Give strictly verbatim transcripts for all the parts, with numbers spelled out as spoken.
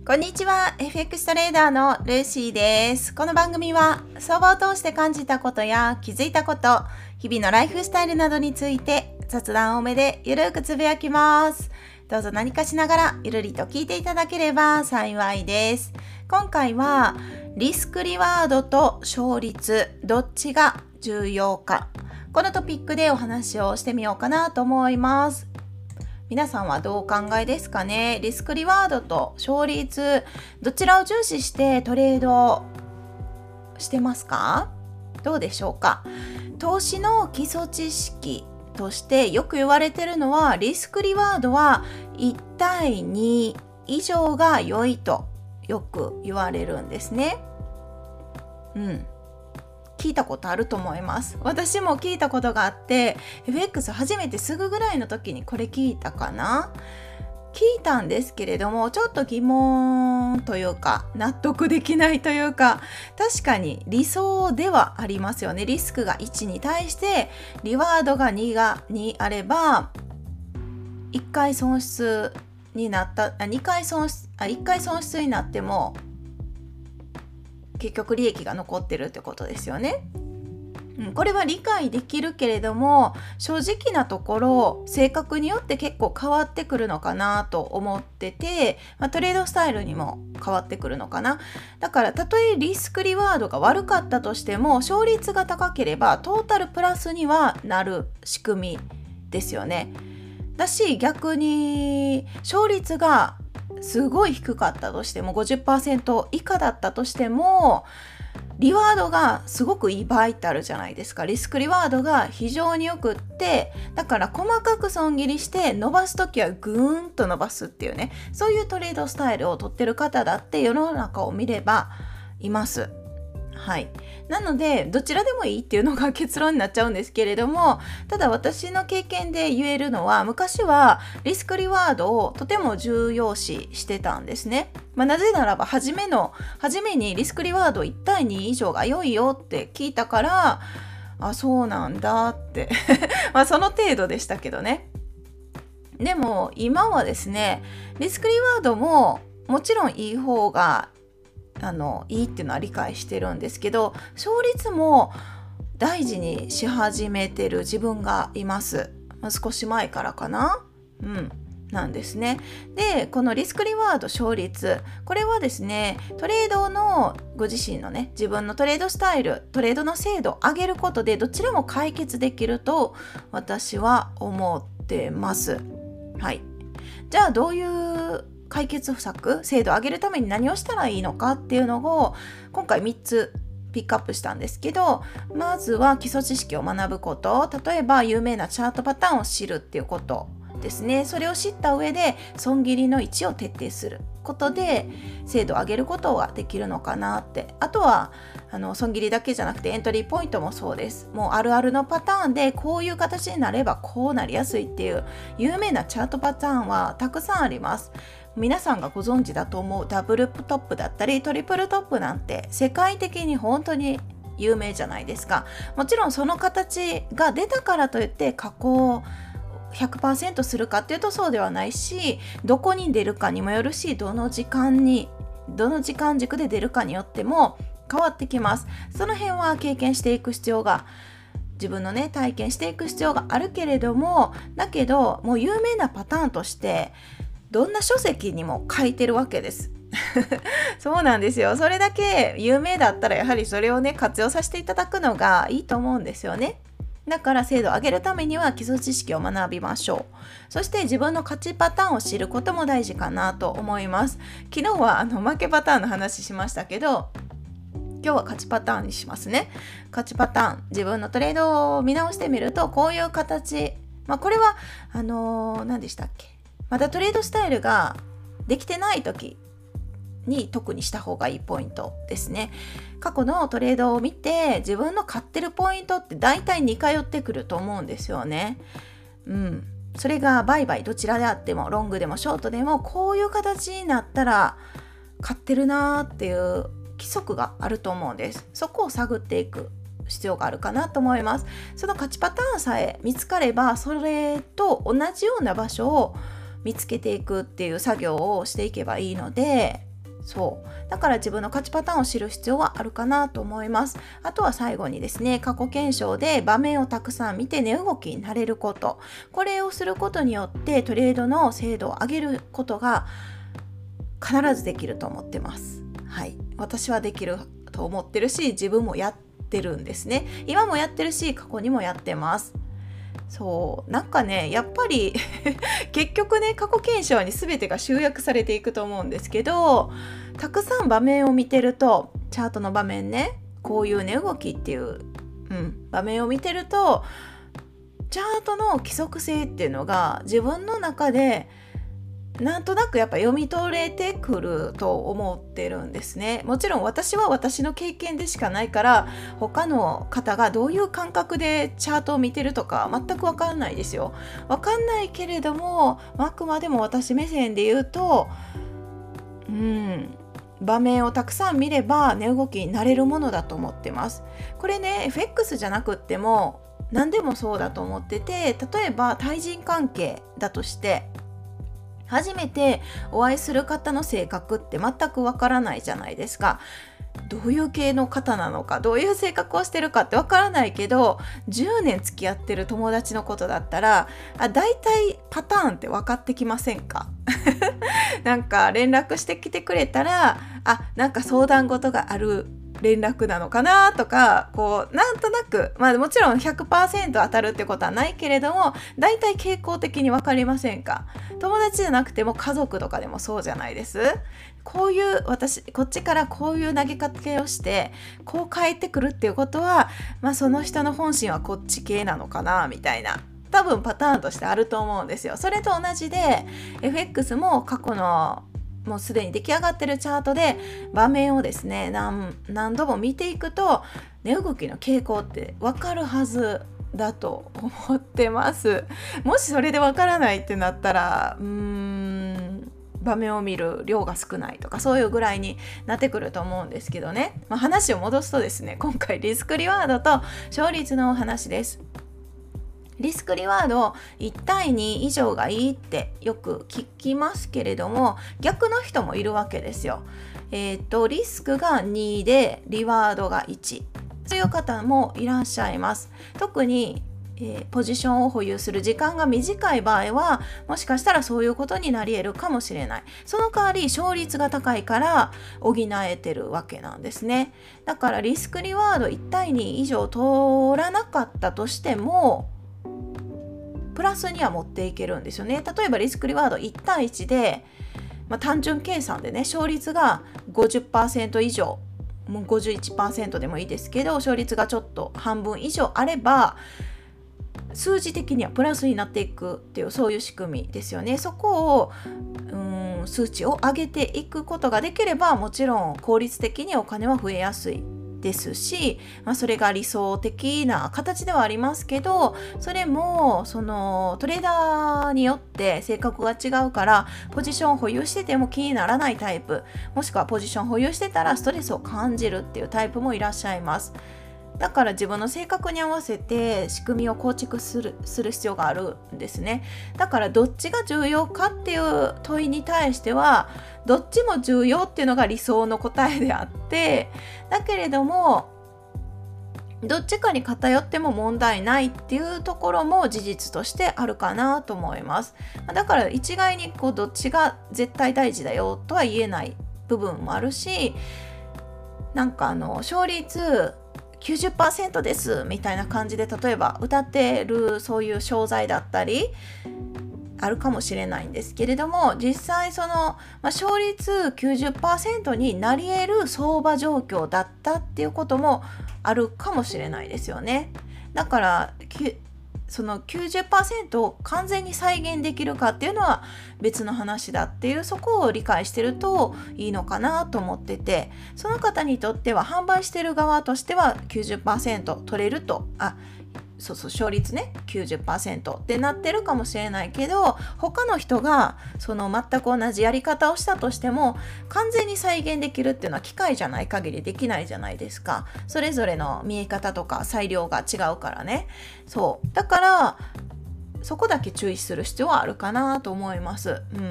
こんにちは。 エフエックス トレーダーのルーシーです。この番組は相場を通して感じたことや気づいたこと、日々のライフスタイルなどについて雑談多めでゆるくつぶやきます。どうぞ何かしながらゆるりと聞いていただければ幸いです。今回はリスクリワードと勝率どっちが重要か、このトピックでお話をしてみようかなと思います。皆さんはどうお考えですかね。リスクリワードと勝率、どちらを重視してトレードしてますか？どうでしょうか。投資の基礎知識としてよく言われているのは、リスクリワードはいち対に以上が良いとよく言われるんですね。うん。聞いたことあると思います。私も聞いたことがあって、エフエックス 初めてすぐぐらいの時にこれ聞いたかな。聞いたんですけれども、ちょっと疑問というか納得できないというか、確かに理想ではありますよね。リスクがいちに対してリワードがにがにあれば、いっかい損失になったあにかい損失あいっかい損失になっても結局利益が残ってるってことですよね。うん、これは理解できるけれども、正直なところ性格によって結構変わってくるのかなと思ってて、まあ、トレードスタイルにも変わってくるのかな。だからたとえリスクリワードが悪かったとしても、勝率が高ければトータルプラスにはなる仕組みですよね。だし逆に勝率がすごい低かったとしても ごじゅっパーセント 以下だったとしても、リワードがすごくいい場合ってあるじゃないですか。リスクリワードが非常によくって、だから細かく損切りして伸ばすときはぐーんと伸ばすっていうね、そういうトレードスタイルを取ってる方だって世の中を見ればいます。はい、なのでどちらでもいいっていうのが結論になっちゃうんですけれども、ただ私の経験で言えるのは、昔はリスクリワードをとても重要視してたんですね。まあ、なぜならば初めの初めにリスクリワードいち対に以上が良いよって聞いたから、あ、そうなんだってまあその程度でしたけどね。でも今はですね、リスクリワードももちろんいい方があのいいっていうのは理解してるんですけど、勝率も大事にし始めてる自分がいます。まあ、少し前からかな、うんなんですね。で、このリスクリワード勝率、これはですね、トレードのご自身のね、自分のトレードスタイル、トレードの精度を上げることでどちらも解決できると私は思ってます。はい。じゃあどういう解決策、精度を上げるために何をしたらいいのかっていうのを今回みっつピックアップしたんですけど、まずは基礎知識を学ぶこと、例えば有名なチャートパターンを知るっていうことですね。それを知った上で損切りの位置を徹底することで精度を上げることができるのかなって。あとはあの損切りだけじゃなくてエントリーポイントもそうです。もうあるあるのパターンでこういう形になればこうなりやすいっていう有名なチャートパターンはたくさんあります。皆さんがご存知だと思うダブルトップだったりトリプルトップなんて世界的に本当に有名じゃないですか。もちろんその形が出たからといって加工ひゃくパーセント するかっていうとそうではないし、どこに出るかにもよるし、どの時間にどの時間軸で出るかによっても変わってきます。その辺は経験していく必要が、自分のね体験していく必要があるけれども、だけどもう有名なパターンとしてどんな書籍にも書いてるわけですそうなんですよ。それだけ有名だったらやはりそれをね活用させていただくのがいいと思うんですよね。だから精度を上げるためには基礎知識を学びましょう。そして自分の勝ちパターンを知ることも大事かなと思います。昨日はあの負けパターンの話しましたけど、今日は勝ちパターンにしますね。勝ちパターン、自分のトレードを見直してみるとこういう形、まあ、これはあのー、何でしたっけ、まだトレードスタイルができてない時に特にした方がいいポイントですね。過去のトレードを見て自分の買ってるポイントって大体似通ってくると思うんですよね。うん。それが売買どちらであってもロングでもショートでもこういう形になったら買ってるなーっていう規則があると思うんです。そこを探っていく必要があるかなと思います。その勝ちパターンさえ見つかれば、それと同じような場所を見つけていくっていう作業をしていけばいいので、 そうだから自分の勝ちパターンを知る必要はあるかなと思います。あとは最後にですね、過去検証で場面をたくさん見て値動きになれること、これをすることによってトレードの精度を上げることが必ずできると思ってます。はい、私はできると思ってるし、自分もやってるんですね。今もやってるし、過去にもやってます。そうなんかね、やっぱり結局ね、過去検証に全てが集約されていくと思うんですけど、たくさん場面を見てると、チャートの場面ね、こういう値動きっていう、うん、場面を見てると、チャートの規則性っていうのが自分の中でなんとなくやっぱ読み取れてくると思ってるんですね。もちろん私は私の経験でしかないから、他の方がどういう感覚でチャートを見てるとか全く分かんないですよ。分かんないけれども、あくまでも私目線で言うと、うん場面をたくさん見れば値動きになれるものだと思ってます。これね エフエックス じゃなくっても何でもそうだと思ってて、例えば対人関係だとして、初めてお会いする方の性格って全くわからないじゃないですか。どういう系の方なのか、どういう性格をしてるかってわからないけど、じゅうねん付き合ってる友達のことだったら、あ、だいたいパターンって分かってきませんか？なんか連絡してきてくれたら、あ、なんか相談事がある連絡なのかなとか、こうなんとなく、まあもちろん ひゃくパーセント 当たるってことはないけれども、だいたい傾向的に分かりませんか？友達じゃなくても家族とかでもそうじゃないです？こういう私こっちからこういう投げかけをしてこう返ってくるっていうことは、まあその人の本心はこっち系なのかなみたいな、多分パターンとしてあると思うんですよ。それと同じで エフエックス も過去のもうすでに出来上がってるチャートで場面をですね 何, 何度も見ていくと、値動きの傾向って分かるはずだと思ってます。もしそれで分からないってなったら、うーん場面を見る量が少ないとか、そういうぐらいになってくると思うんですけどね。まあ、話を戻すとですね、今回リスクリワードと勝率のお話です。リスクリワードいち対に以上がいいってよく聞きますけれども、逆の人もいるわけですよ。えっとリスクがにでリワードがいち、そういう方もいらっしゃいます。特に、えー、ポジションを保有する時間が短い場合は、もしかしたらそういうことになり得るかもしれない。その代わり勝率が高いから補えてるわけなんですね。だからリスクリワードいち対に以上取らなかったとしてもプラスには持っていけるんですよね。例えばリスクリワードいち対いちで、まあ、単純計算でね、勝率が ごじゅっパーセント 以上、もう ごじゅういちパーセント でもいいですけど、勝率がちょっと半分以上あれば数字的にはプラスになっていくっていう、そういう仕組みですよね。そこをうーん数値を上げていくことができれば、もちろん効率的にお金は増えやすいですし、まあ、それが理想的な形ではありますけど、それもそのトレーダーによって性格が違うから、ポジションを保有してても気にならないタイプ、もしくはポジション保有してたらストレスを感じるっていうタイプもいらっしゃいます。だから自分の性格に合わせて仕組みを構築する、する必要があるんですね。だからどっちが重要かっていう問いに対しては、どっちも重要っていうのが理想の答えであって、だけれどもどっちかに偏っても問題ないっていうところも事実としてあるかなと思います。だから一概にこうどっちが絶対大事だよとは言えない部分もあるし、なんかあの勝率きゅうじゅっパーセント ですみたいな感じで例えば歌ってるそういう商材だったりあるかもしれないんですけれども、実際その、まあ、勝率 きゅうじゅっパーセント になり得る相場状況だったっていうこともあるかもしれないですよね。だからその きゅうじゅっパーセント を完全に再現できるかっていうのは別の話だっていう、そこを理解してるといいのかなと思ってて、その方にとっては販売してる側としては きゅうじゅっパーセント 取れると、あそうそう勝率ね きゅうじゅっパーセント ってなってるかもしれないけど、他の人がその全く同じやり方をしたとしても完全に再現できるっていうのは機械じゃない限りできないじゃないですか。それぞれの見え方とか裁量が違うからね。そうだからそこだけ注意する必要はあるかなと思います。うん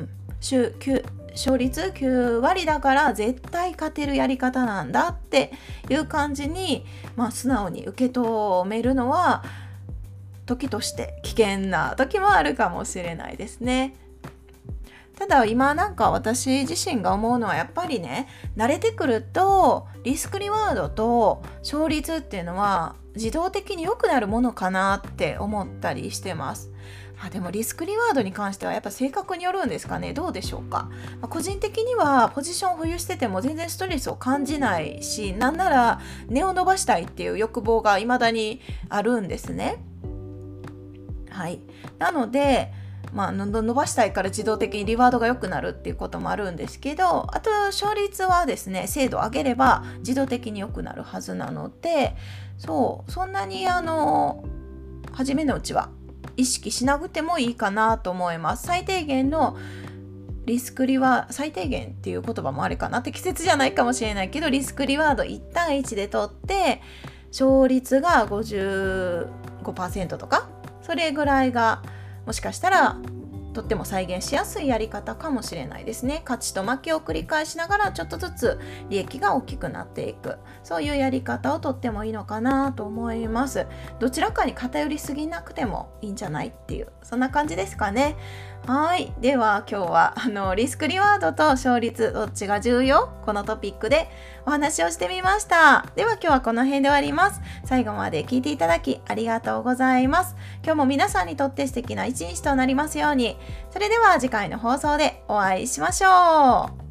週きゅう勝率きゅうわりだから絶対勝てるやり方なんだっていう感じに、まあ、素直に受け止めるのは時として危険な時もあるかもしれないですね。ただ今なんか私自身が思うのはやっぱりね、慣れてくるとリスクリワードと勝率っていうのは自動的に良くなるものかなって思ったりしてます。あでもリスクリワードに関してはやっぱ性格によるんですかね。どうでしょうか。まあ、個人的にはポジションを保有してても全然ストレスを感じないし、なんなら値を伸ばしたいっていう欲望が未だにあるんですね。はい、なのでまあ、伸ばしたいから自動的にリワードが良くなるっていうこともあるんですけど、あと勝率はですね、精度を上げれば自動的に良くなるはずなので、そうそんなにあの初めのうちは意識しなくてもいいかなと思います。最低限のリスクリワード、最低限っていう言葉もあれかな、適切じゃないかもしれないけど、リスクリワードいち対いちで取って勝率が ごじゅうごパーセント とか、それぐらいがもしかしたらとっても再現しやすいやり方かもしれないですね。勝ちと負けを繰り返しながらちょっとずつ利益が大きくなっていく、そういうやり方をとってもいいのかなと思います。どちらかに偏りすぎなくてもいいんじゃないっていう、そんな感じですかね。はい、では今日はあのリスクリワードと勝率どっちが重要、このトピックでお話をしてみました。では今日はこの辺で終わります。最後まで聞いていただきありがとうございます。今日も皆さんにとって素敵な一日となりますように。それでは次回の放送でお会いしましょう。